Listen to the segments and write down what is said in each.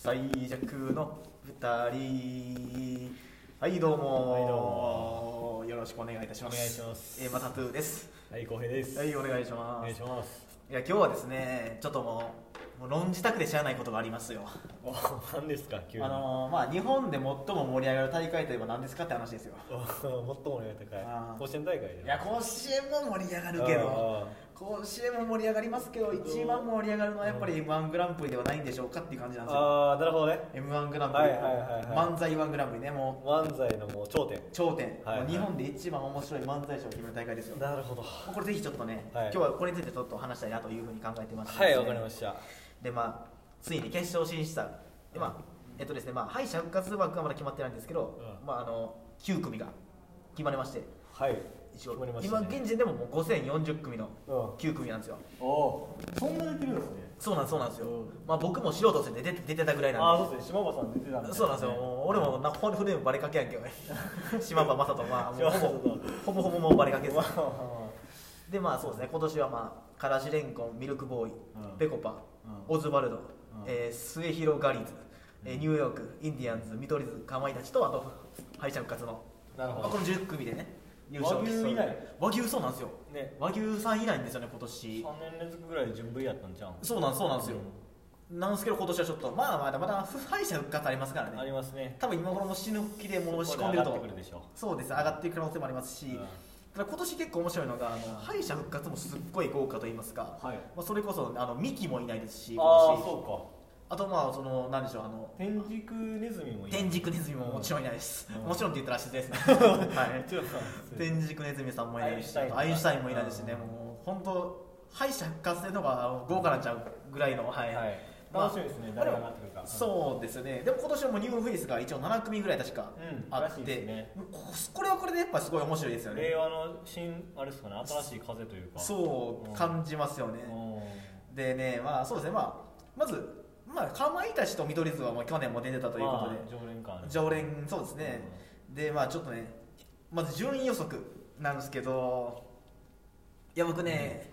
最弱の2人。はいどうも、 はいどうもよろしくお願いいたします。 お願いします。 マタトゥーです。 はい浩平です。 はいお願いします。 お願いします。 いや今日はですねちょっともう論じたくて知らないことがありますよ。 何ですか急に。 日本で最も盛り上がる大会といえば何ですかって話ですよ。 最も盛り上がる大会。甲子園大会で。 いや甲子園も盛り上がるけど、甲子園も盛り上がりますけど、一番盛り上がるのはやっぱり M1 グランプリではないんでしょうかっていう感じなんですよ。 ああなるほどね。 M1 グランプリ、漫才1グランプリね、もう漫才のもう頂点。 もう日本で一番面白い漫才師を決める大会ですよ。 なるほど。 これぜひちょっとね、今日はこれについてちょっと話したいなというふうに考えてます、 はいわかりました。 でついに決勝進出者、ですね、敗者復活枠はまだ決まってないんですけど、9組が決まりまして、 はい一応今現時点でももう5040組の9組なんですよ。 そんなできるんですね。 そうなんですよ。僕も素人として出てたぐらいなんで。 そうですね。島場さん出てたんで。 そうなんですよ。俺もフレームバレかけやんけどね。島場正人ほぼもうバレかけです。でそうですね、今年はからしれんこん、ミルクボーイ、ぺこぱ、オズワルド、末広ガリーズ、ニューヨーク、インディアンズ、見取り図、かまいたちと、あと敗者復活のこの10組でね、優勝。 和牛以来。 和牛そうなんですよ。和牛さん以来ですよね今年。 3年連続ぐらいで準 V やったんじゃん。 そうなんですよ。なんですけど今年はちょっとまだ敗者復活ありますからね。 ありますね。 多分今頃も死ぬ気でもう仕込んでると。そうです、上がっていく可能性もありますし。ただ今年結構面白いのが敗者復活もすっごい豪華と言いますか、それこそミキもいないですし、あと何でしょう、 天竺ネズミもいない。 天竺ネズミももちろんいないです。もちろんって言ったら失礼ですね。天竺ネズミさんもいないし、アインシュタインもいないですしね、もう本当敗者復活戦のが豪華なんちゃうぐらいの。 楽しみですね、誰がなってくるか。 そうですね。でも今年はもうニューフェイスが一応7組ぐらい確かあって、これはこれでやっぱすごい面白いですよね。 令和のあれですかね、新しい風というか、 そう感じますよね。でね、そうですね、まずかまいたちと見取り図は去年も出てたということで常連、そうですね。でちょっとね、まず順位予測なんですけど、いや僕ね、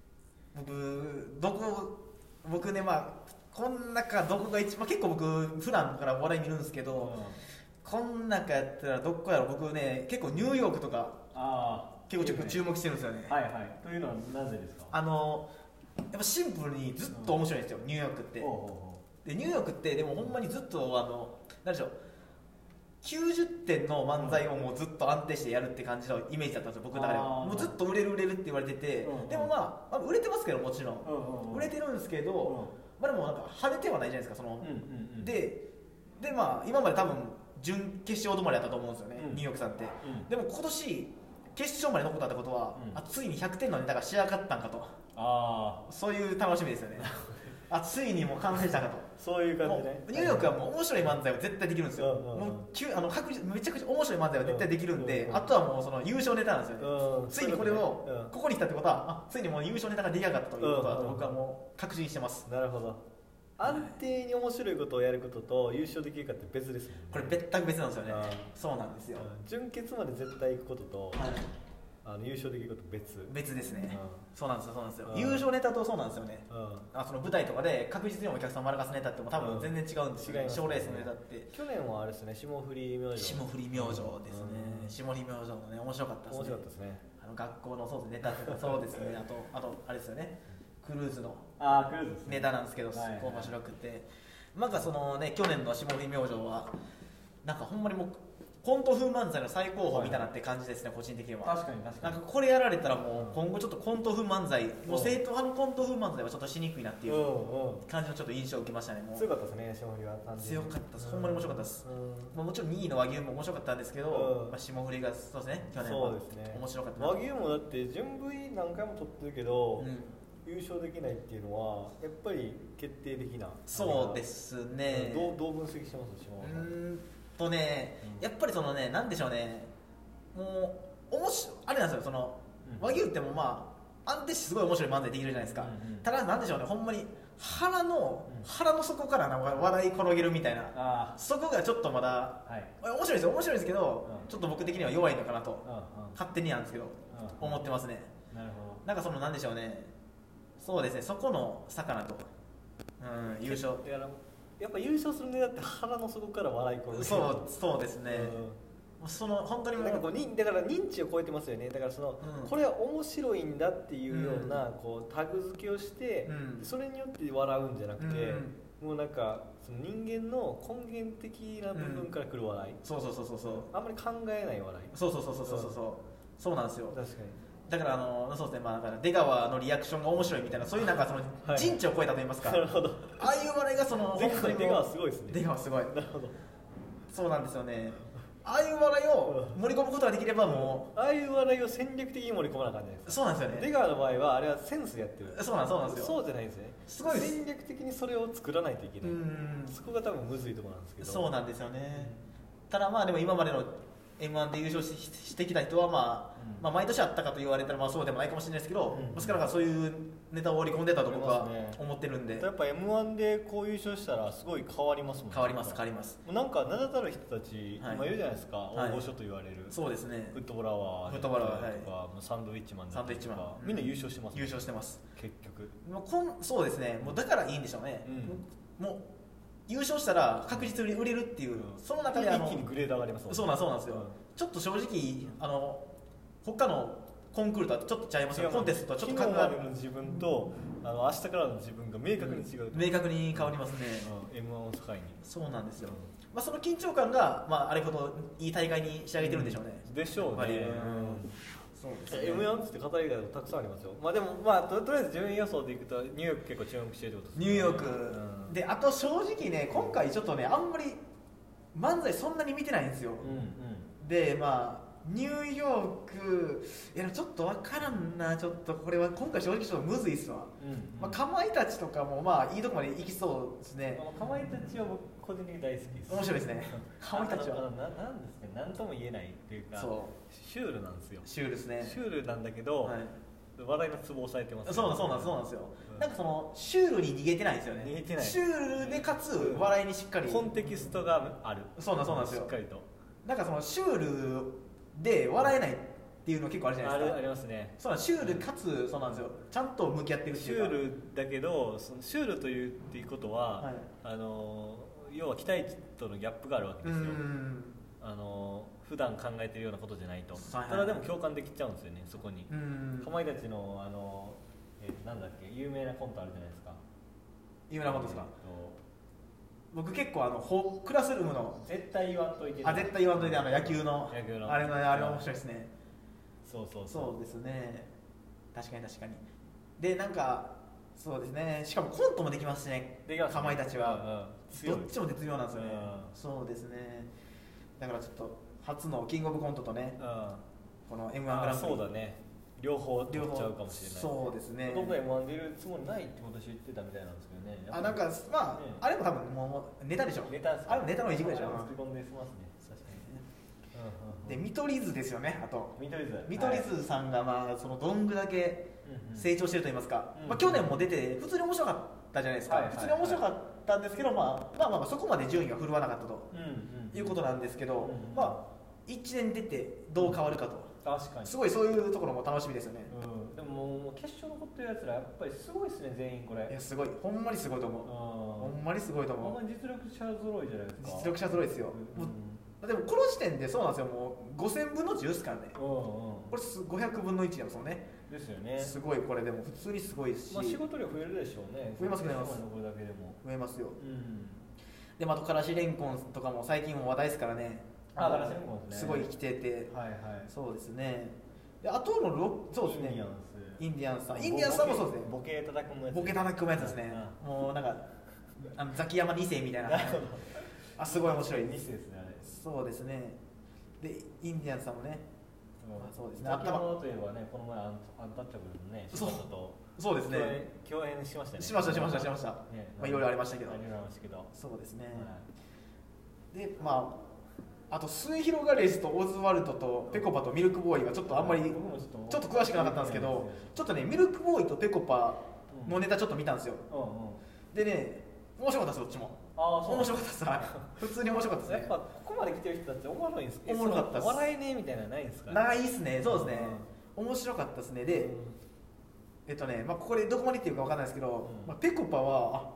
こん中どこが一番、結構僕普段からお笑い見るんですけど、こん中やったらどこやろ。僕ね結構ニューヨークとか結構注目してるんですよね。 というのはなぜですか。 やっぱシンプルにずっと面白いんですよ、ニューヨークって。でニューヨークってでもほんまにずっと何でしょう、90点の漫才をもうずっと安定してやるって感じのイメージだったんですよ、僕の中では。もうずっと売れるって言われてて、でも売れてますけど、もちろん売れてるんですけど、でもなんか派手てはないじゃないですか。で今まで多分準決勝止まりだったと思うんですよね、ニューヨークさんって。でも今年決勝まで残ったってことは、ついに100点のネタが仕上がったんかと、そういう楽しみですよね。ついにもう完成したかと。 そういう感じね。 ニューヨークはもう面白い漫才は絶対できるんですよ。めちゃくちゃ面白い漫才は絶対できるんで、あとはもうその優勝ネタなんですよね。ついにこれをここに来たってことは、ついにもう優勝ネタが出来上がったということだと僕はもう確信してます。 なるほど。安定に面白いことをやることと優勝できるかって別ですもんね。 これ全く別なんですよね。そうなんですよ。 準決まで絶対行くことと優勝できること別ですね。そうなんですよ。優勝ネタとそうなんですよね。その舞台とかで確実にお客さんを笑かすネタっても多分全然違うんですよね。賞レースのネタって。 去年はあれですね、霜降り明星ですね。 霜降り明星のね、面白かったですね。 面白かったですね。 学校のそうですネタとか、そうですね。あとあれですよね、クルーズのネタなんですけど、すごい面白くて、そのね、去年の霜降り明星はなんかほんまにもうコント風漫才の最高峰みたいなって感じですね、個人的には。 確かになんかこれやられたらもう今後ちょっとコント風漫才、もう正統派のコント風漫才はちょっとしにくいなっていう感じのちょっと印象を受けましたね。もう強かったですね、霜降りは。 強かったです、ほんまに面白かったです。もちろん2位の和牛も面白かったんですけど、霜降りがそうですね、去年は面白かった。 和牛もだって準 V 何回も取ってるけど優勝できないっていうのはやっぱり決定的な。 そうですね。 どう分析してます？ やっぱりそのね、なんでしょうね、もうあれなんですよ、その和牛っても安定してすごい面白い漫才できるじゃないですか。ただなんでしょうね、ほんまに腹の底から笑い転げるみたいな、そこがちょっとまだ面白いですけど、ちょっと僕的には弱いのかなと勝手になんですけど思ってますね。なんかそのなんでしょうね、そうですね、そこの差かなと。優勝やっぱ優勝するネタって腹の底から笑い転げる。 そうですね、その本当になんかこうだから認知を超えてますよね。だからその、これは面白いんだっていうようなこうタグ付けをして、それによって笑うんじゃなくて、もうなんかその人間の根源的な部分から来る笑い、 そうあんまり考えない笑い、 そうなんですよ。 確かに。 だからそうですね、まあ、だから出川のリアクションが面白いみたいな、そういうなんかその人知を超えたと言いますか、 なるほど。 ああいう笑いがその出川すごいですね。 出川すごい。 なるほど。 そうなんですよね。ああいう笑いを盛り込むことができればもう、ああいう笑いを戦略的に盛り込まな感じですか。 そうなんですよね。 出川の場合はあれはセンスでやってる。 そうなんですよ。 そうじゃないですね。 すごい戦略的にそれを作らないといけない。そこが多分むずいところなんですけど。 そうなんですよね。ただまあでも今までの M1 で優勝してきた人はまあ毎年あったかと言われたらまあそうでもないかもしれないですけど、もしかしたらそういうネタを織り込んでたと僕は思ってるんで、 やっぱ M1 でこう優勝したらすごい変わりますもんね。 変わります。 なんか名だたる人たち今いるじゃないですか、大御所と言われる。 そうですね。 フットボーラーとかサンドウィッチマンとかみんな優勝してます。 優勝してます。 結局。 そうですね。もうだからいいんでしょうね。もう優勝したら確実に売れるっていう、その中で一気にグレード上がりますもんね。 そうなんですよ。ちょっと正直他のコンクールとはちょっと違いますよ。コンテストとはちょっと昨日までの自分と明日からの自分が明確に違う。 明確に変わりますね。 M1 を境に。 そうなんですよ。まあその緊張感があれほどいい大会に仕上げてるんでしょうね。 でしょうね。 そうですね。 M1 って語りがたくさんありますよ。まあでもとりあえず順位予想でいくとニューヨーク結構注目してるってことですね。 ニューヨークで、あと正直ね今回ちょっとねあんまり漫才そんなに見てないんですよ。でニューヨークちょっと分からんな。ちょっとこれは今回正直ちょっとむずいっすわ。かまいたちとかもいいとこまで行きそうですね。 かまいたちは僕個人的に大好きです。 面白いですね。かまいたちはなんですか、なんとも言えないっていうか、シュールなんですよ。 シュールですね。 シュールなんだけど、笑いのツボを押さえてます。 そうなんですよ。なんかそのシュールに逃げてないんですよね。 逃げてない。 シュールでかつ笑いにしっかりコンテキストがある。 そうなんですよ。 しっかりと。 なんかそのシュールで笑えないっていうの結構あるじゃないですか。 ありますね。 シュールかつそうなんですよ。ちゃんと向き合ってるっていうか。 シュールだけど、そのシュールというっていうことは、要は期待値とのギャップがあるわけですよ。普段考えてるようなことじゃないと。ただでも共感できちゃうんですよね、そこに。かまいたちのなんだっけ、有名なコントあるじゃないですか。 有名なコントですか。僕結構クラスルームの絶対言わんといて。 絶対言わんといて野球のあれ面白いですね。そうですね。確かに。でなんかそうですね。しかもコントもできますしね。かまいたちはどっちも絶妙なんですよね。そうですね。だからちょっと初のキングオブコントとね、この M1 グランプリ。 そうだね。両方取っちゃうかもしれない。 そうですね。 僕は M1 出るつもりないって私言ってたみたいなんですけどね。 なんかあれも多分もうネタでしょ。あれもネタの一部でしょ。 吹き込んでますね。確かにね。 で見取り図ですよね。あと見取り図さんがそのどんぐらけ成長してると言いますか。去年も出て普通に面白かったじゃないですか。普通に面白かったんですけどそこまで順位が振るわなかったということなんですけど、1年出てどう変わるかと。 確かにすごいそういうところも楽しみですよね。 でも決勝残ってるやつらやっぱりすごいですね、全員これ。 いやすごい、ほんまにすごいと思う。ほんまにすごいと思う。 ほんまに実力者揃いじゃないですか。 実力者揃いですよ。でもこの時点でそうなんですよ。もう5000分の10ですからね。これ500分の1なんですもんね。 ですよね。 すごい、これでも普通にすごいし、 仕事量増えるでしょうね。 増えます。 これだけでも増えますよ。であとからしれんこんとかも最近も話題ですからね。 からしれんこんですね。 すごい来てて、そうですね。であとのそうですね。インディアンスさんもそうですね。 ボケ叩くやつですね。もうなんかザキヤマ2世みたいな。すごい面白い。 2世ですね、あれ。 そうですね。でインディアンスさんもね。そうですね。 ザキヤマといえばね、この前アンタッチャブルのね、 そうですね。 共演しましたね。 しました。いろいろありましたけど。そうですね。であと末広がりずとオズワルドとペコパとミルクボーイがちょっとあんまりちょっと詳しくなかったんですけど、ちょっとねミルクボーイとペコパのネタちょっと見たんですよ。でね、面白かったです。どっちも面白かったです。普通に面白かったですね。 やっぱここまで来てる人たちおもろいんですか。 おもろかったです。 笑いねみたいなのないんですか。 ないですね。そうですね。面白かったですね。でここでどこまで言ってるかわかんないですけど、ペコパは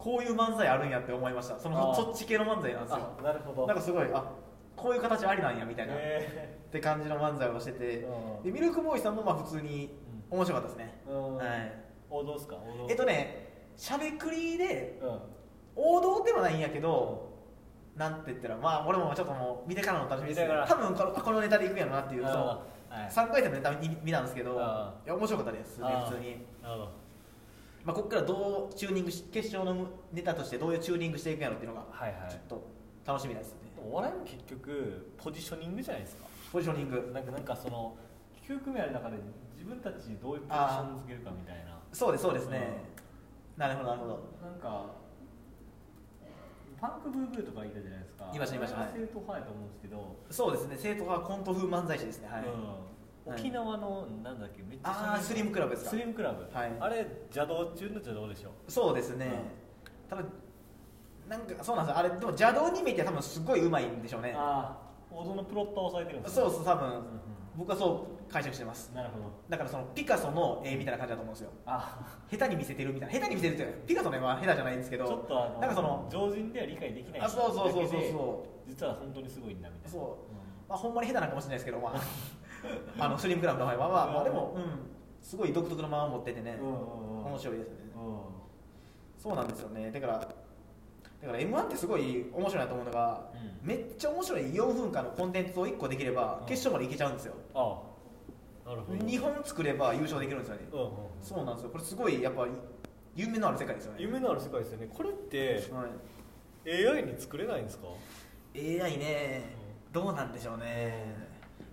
こういう漫才あるんやって思いました。そっち系の漫才なんですよ。 なるほど。 なんかすごいこういう形ありなんやみたいな、って感じの漫才をしてて、でミルクボーイさんも普通に面白かったですね。はい。 王道ですか？ しゃべくりで、王道ではないんやけど、なんて言ったら俺もちょっともう見てからの楽しみですね。多分このネタでいくんやろなっていう、3回戦のネタ見たんですけど、いや面白かったですね、普通に。ここからどうチューニング決勝のネタとしてどういうチューニングしていくんやろっていうのがちょっと楽しみですね。 お笑いも結局ポジショニングじゃないですか。 ポジショニングなんかその9組ある中で自分たちにどういうポジションをつけるかみたいな。 そうですね、なるほどなるほど。 なんかパンクブーブーとかいたじゃないですか。 いました。 正統派やと思うんですけど。 そうですね、正統派コント風漫才師ですね。はい。 沖縄のなんだっけ、めっちゃスリムクラブですか。 スリムクラブ、あれ邪道中の邪道でしょ。 そうですね、ただなんかそうなんですよ、あれでも邪道に見て多分すごい上手いんでしょうね。 王道のプロットを抑えてるんですか。そう多分、僕はそう解釈してます。 なるほど。 だからそのピカソの絵みたいな感じだと思うんですよ。下手に見せてるみたいな。下手に見せるってピカソの絵は下手じゃないんですけど、 ちょっとなんかその常人では理解できない。 そう実は本当にすごいんだみたいな。 ほんまに下手なのかもしれないですけど、スリムクラブの場合はでもすごい独特の間を持っててね、面白いですね。そうなんですよね。だから M1 ってすごい面白いなと思うのが、めっちゃ面白い4分間のコンテンツを1個できれば決勝までいけちゃうんですよ。 なるほど。 2本作れば優勝できるんですよね。そうなんですよ。これすごいやっぱ夢のある世界ですよね。 夢のある世界ですよね。これって、AI に作れないんですか？ AI ね、どうなんでしょうね。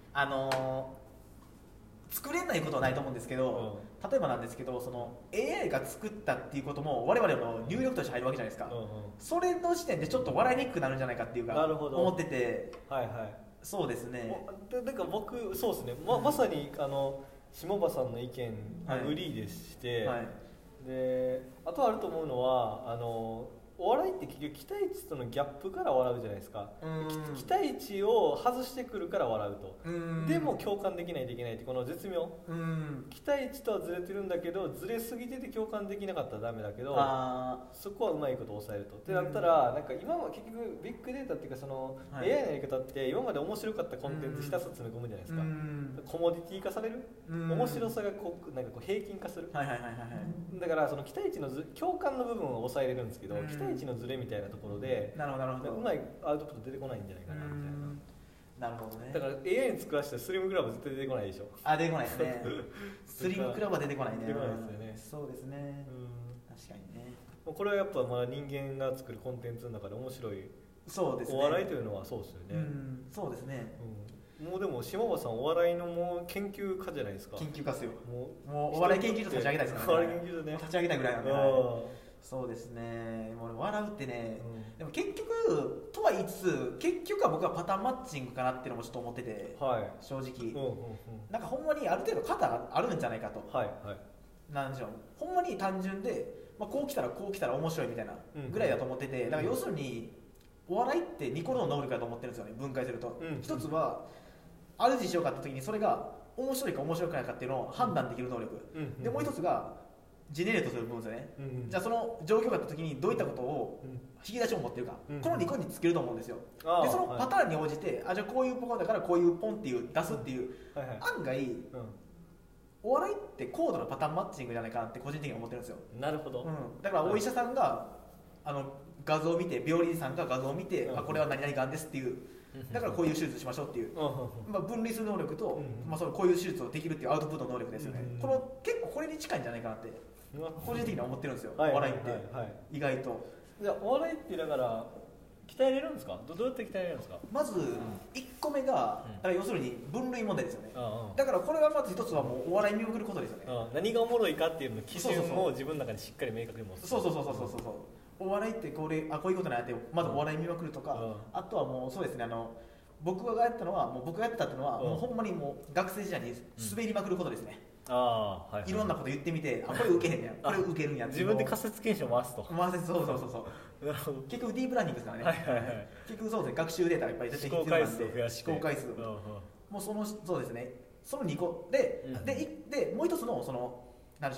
作れないことはないと思うんですけど、例えばなんですけど、その AI が作ったっていうことも我々の入力として入るわけじゃないですか。それの時点でちょっと笑いにくくなるんじゃないかっていうか思ってて、そうですね。 だから僕そうですね、まさに下場さんの意見アグリーでして、であとあると思うのはお笑いって結局期待値とのギャップから笑うじゃないですか。期待値を外してくるから笑うと。でも共感できないといけないってこの絶妙。期待値とはずれてるんだけど、ずれすぎてて共感できなかったらダメだけど、そこはうまいこと抑えると。ってなったら、なんか今は結局ビッグデータっていうかその AI のやり方って今まで面白かったコンテンツひたすら詰め込むじゃないですか。コモディティ化される。面白さがなんか平均化する。だからその期待値の共感の部分を抑えれるんですけど、期待値のズレみたいなところでうまいアウトプット出てこないんじゃないかなみたいな。 なるほどね。 だから AI に作らせたスリムクラブ絶対出てこないでしょ。 出てこないですね。スリムクラブは出てこないね。 出てこないですよね。 そうですね。確かにね。 これはやっぱまあ人間が作るコンテンツの中で面白い。 そうですね。 お笑いというのはそうですよね。 そうですね。 もうでも島場さんお笑いのもう研究家じゃないですか。 研究家っすよ。もうお笑い研究所立ち上げたいですからね。 お笑い研究所ね。 立ち上げたいぐらいなんで。そうですね。もう笑うってね、でも結局とは言いつつ、結局は僕はパターンマッチングかなっていうのもちょっと思ってて、正直、なんかほんまにある程度型があるんじゃないかと。なんでしょう。ほんまに単純で、こう来たら面白いみたいなぐらいだと思ってて、だから要するにお笑いって2個の能力だと思ってるんですよね。分解すると、一つはある事象があった時にそれが面白いか面白くないかっていうのを判断できる能力、でもう一つがジェネレートする部分ですよね。じゃあその状況があった時にどういったことを引き出しを持ってるか、この2個につけると思うんですよ。でそのパターンに応じて、じゃあこういうポカだからこういうポンっていう出すっていう、案外、お笑いって高度なパターンマッチングじゃないかなって個人的に思ってるんですよ。 なるほど。 だからお医者さんが画像を見て、病理さんが画像を見て、これは何々がんですっていう、だからこういう手術しましょうっていう、分離する能力と、そのこういう手術をできるっていうアウトプットの能力ですよね。結構これに近いんじゃないかなって個人的には思ってるんですよ。お笑いって意外と。 じゃあお笑いってだから鍛えれるんですか？どうやって鍛えれるんですか？ まず1個目が、だから要するに分類問題ですよね。だからこれはまず一つはもうお笑い見送ることですよね。 何がおもろいかっていうの基準を自分の中でしっかり明確に持つ。 そうお笑いってこういうことなんやって、まずお笑い見まくるとか、あとはもうそうですね、僕がやってたのはもうほんまにもう学生時代に滑りまくることですね。いろんなこと言ってみて、これ受けへんやん、これ受けるんやって自分で仮説検証回すと。 そう結局ディープラーニングですからね。結局そうですね、学習データがいっぱい出てきてるんで、思考回数もうそうですね、その2個でもう一つのなんでしょう、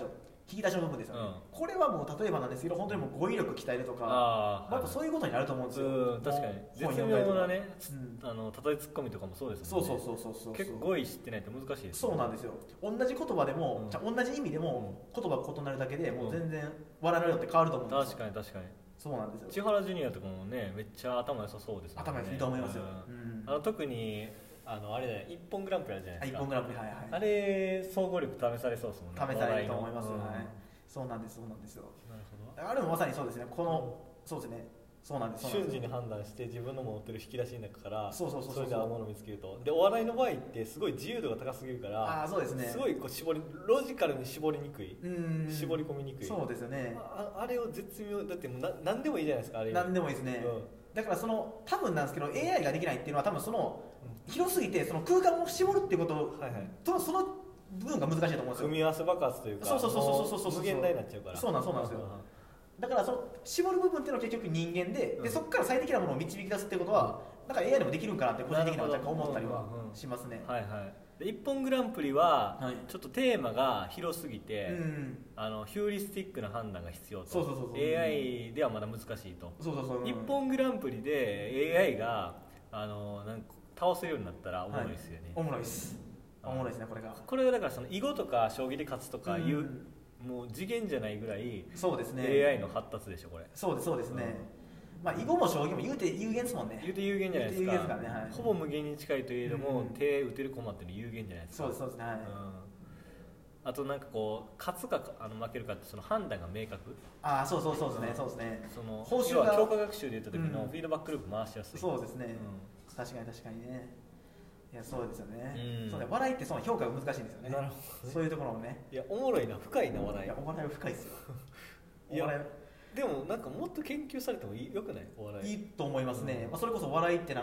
引き出しの部分ですよね、これはもう例えばなんですけど本当にもう語彙力鍛えるとか、やっぱそういうことになると思うんですよ。 確かに絶妙なね、例えツッコミとかもそうですもんね。そう結構語彙知ってないと難しいです。 そうなんですよ。同じ言葉でも、同じ意味でも言葉が異なるだけでもう全然笑いの量って変わると思うんですよ。 確かにそうなんですよ。 千原ジュニアとかもねめっちゃ頭良さそうですね。 頭良いと思いますよ。 特にあれだよ、一本グランプリあるじゃないですか。 一本グランプリ、はいはい。 あれ総合力試されそうですもんね。 試されると思いますよね。そうなんですよ。なるほど。あれもまさにそうですね。そうですね。そうなんです。 瞬時に判断して自分の持ってる引き出しの中からそれで合うものを見つけると。でお笑いの場合ってすごい自由度が高すぎるから、 そうですね。 すごいロジカルに絞りにくい、絞り込みにくい。 そうですよね。 あれを絶妙だって何でもいいじゃないですか。あれ何でもいいですね。だから多分なんですけど AI ができないっていうのは多分広すぎてその空間を絞るっていうこととその部分が難しいと思うんですよ。 組み合わせ爆発というか、そう無限大になっちゃうから。 そうなんですよ。だから絞る部分っていうのは結局人間で、そこから最適なものを導き出すっていうことはだから AI でもできるんかなって個人的には若干思ったりはしますね。 一本グランプリはちょっとテーマが広すぎて、ヒューリスティックな判断が必要と。AI ではまだ難しいと。一本グランプリで AI が倒せるようになったらおもろいですよね。 おもろいですね。 これがだから囲碁とか将棋で勝つとかいうもう次元じゃないぐらい AI の発達でしょこれ。 そうですね。囲碁も将棋も言うて有限ですもんね。 言うて有限じゃないですか。ほぼ無限に近いといえども、手打てる駒っていうのは有限じゃないですか。 そうですね。 あと勝つか負けるかってその判断が明確。 そうですね。 報酬が強化学習で言った時のフィードバックループ回しやすい。 そうですね。確かにね。いやそうですよね。笑いってその評価が難しいんですよね。なるほど。そういうところもね。 いやおもろいな、深いな笑い。 いやお笑いは深いですよ。 でももっと研究されてもよくない？お笑い。 いいと思いますね。それこそ笑いってがん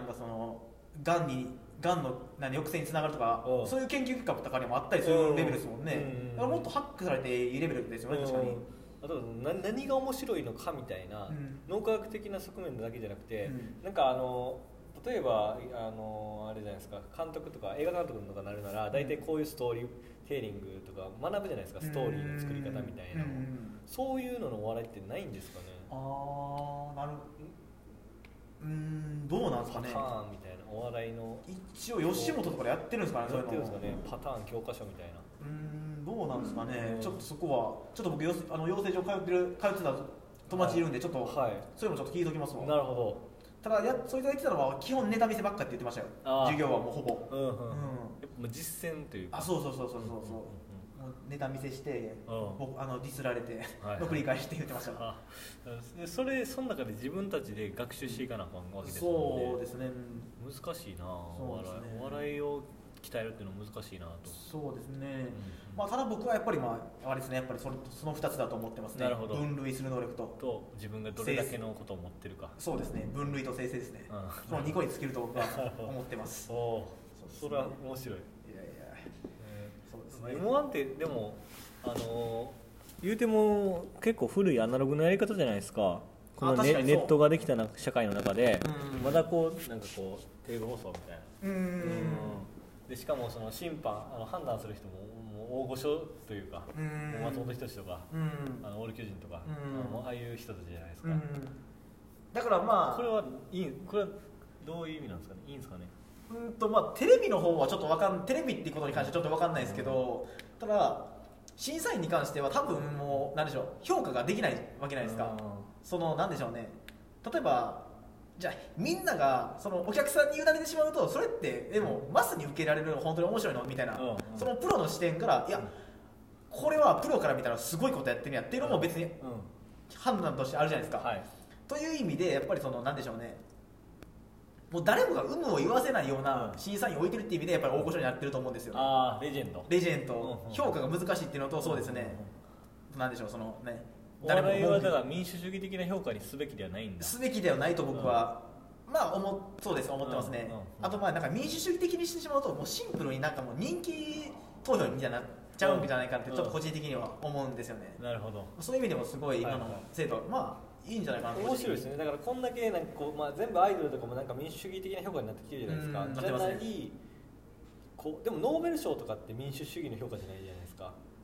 の抑制につながるとか、そういう研究結果とかにもあったりするレベルですもんね。だからもっとハックされていいレベルですよね。確かに。 あと何が面白いのかみたいな脳科学的な側面だけじゃなくて、例えばあれじゃないですか、監督とか映画監督とかなるなら大体こういうストーリーテーリングとか学ぶじゃないですか。ストーリーの作り方みたいな、そういうののお笑いってないんですかね。 どうなんですかね。 パターンみたいなお笑いの一応吉本とかでやってるんですかね。 やってるんですかね。パターン教科書みたいな。 どうなんですかね。ちょっとそこはちょっと僕養成所通ってた友達いるんでちょっとそういうのちょっと聞いときますわ。 なるほど。 ただそいつが言ってたのは基本ネタ見せばっかって言ってましたよ。授業はもうほぼ実践というか。 そうネタ見せしてディスられての繰り返しって言ってました。 その中で自分たちで学習していかなあかんわけですもんね。 そうですね。 難しいなお笑いを鍛えるっていうのは難しいなと。 そうですね。ただ僕はやっぱりあれですね、やっぱりその2つだと思ってますね。分類する能力と自分がどれだけのことを持ってるか。 そうですね。分類と生成ですね。その2個に尽きると僕は思ってます。 それは面白い。M1 ってでも言うても結構古いアナログのやり方じゃないですか。このネットができた社会の中でまだテレビ放送みたいな。でしかもその審判判断する人も大御所というか、松本人志とかオール巨人とかああいう人たちじゃないですか。 だからこれはどういう意味なんですかね。いいんですかね。 テレビの方はちょっとテレビっていうことに関してはちょっと分かんないですけど、ただ審査員に関しては多分もう何でしょう、評価ができないわけないですか。何でしょうね。例えばじゃあみんながお客さんに委ねてしまうと、それってでもマスに受けられるの本当に面白いのみたいな、そのプロの視点からいやこれはプロから見たらすごいことやってるやっていうのも別に判断としてあるじゃないですか。という意味でやっぱり何でしょうね、もう誰もが有無を言わせないような審査員を置いてるっていう意味でやっぱり大御所になってると思うんですよ。 レジェンド、 評価が難しいっていうのと、そうですね、なんでしょう、 お笑いはだから民主主義的な評価にすべきではないんだ。 すべきではないと僕はそうです、思ってますね。あと民主主義的にしてしまうともうシンプルにもう人気投票みたいになっちゃうんじゃないかってちょっと個人的には思うんですよね。 なるほど。 そういう意味でもすごい今の制度いいんじゃないかなと。 面白いですね。だからこんだけ全部アイドルとかも民主主義的な評価になってきてるじゃないですか。じゃないでもノーベル賞とかって民主主義の評価じゃないじゃないですか。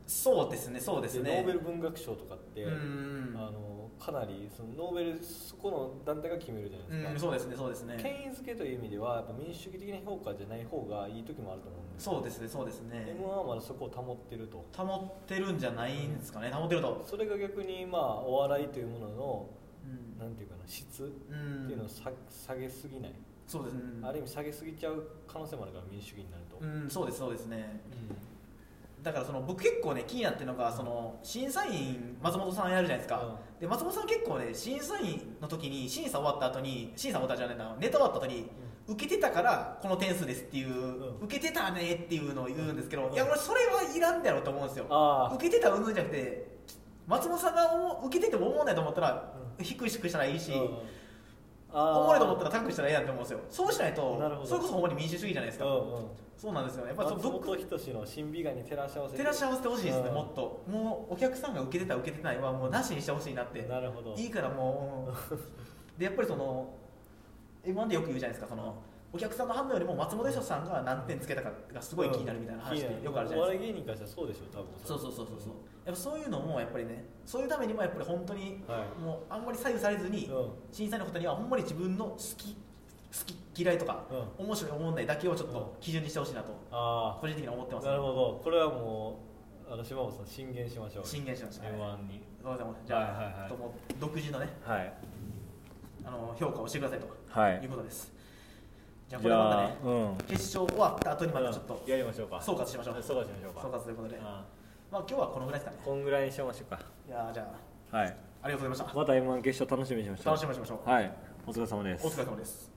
そうですねそうですね。 ノーベル文学賞とかってかなりそのノーベルそこの団体が決めるじゃないですか。 そうですねそうですね。 権威づけという意味ではやっぱ民主主義的な評価じゃない方がいい時もあると思うんです。 そうですねそうですね。 M1 はまだそこを保ってると。 保ってるんじゃないんですかね。保ってると。 それが逆にまあお笑いというものの、なんていうかな質っていうのを下げすぎない。 そうですね。 ある意味下げすぎちゃう可能性もあるから民主主義になると。 そうですそうですね。だからその僕結構ね気になってるのがその審査員松本さんやるじゃないですか、で松本さん結構ね審査員の時に審査終わった後に審査終わったじゃないなネタ終わった後に受けてたからこの点数ですっていう、受けてたねっていうのを言うんですけど、いや俺それはいらんだろうと思うんですよ。受けてたうんぬんじゃなくて松本さんが受けてても思わないと思ったら低くしたらいいし、思わないと思ったら高くしたらいいやんと思うんですよ。そうしないとそれこそほんまに民主主義じゃないですか。そうなんですよね。やっぱ松本人志の審美眼に照らし合わせてほしいですね。もっともうお客さんが受けてた受けてないはもうなしにしてほしいなって。 なるほど。 いいからもうでやっぱりその M1 でよく言うじゃないですか、そのお客さんの反応よりも松本人志さんが何点つけたかがすごい気になるみたいな話ってよくあるじゃないですか。 お笑い芸人からしたらそうでしょ多分。 そうやっぱそういうのもやっぱりね、そういうためにもやっぱり本当にもうあんまり左右されずに、審査員の方にはほんまに自分の好き嫌いとか、面白い思わないだけをちょっと基準にしてほしいなと、個人的には思ってます。 なるほど。これはもう島本さん進言しましょう。 進言しました。 M1 に。 じゃあ独自のね、評価をしてくださいということです。じゃあこれまたね、決勝終わった後にまたちょっとやりましょうか。 総括しましょう。総括ということで、まあ今日はこのぐらいですかね。 こんぐらいにしましょうか。 いやじゃあありがとうございました。 また M1 決勝楽しみにしましょう。 楽しみにしましょう。 はい、お疲れ様です。 お疲れ様です。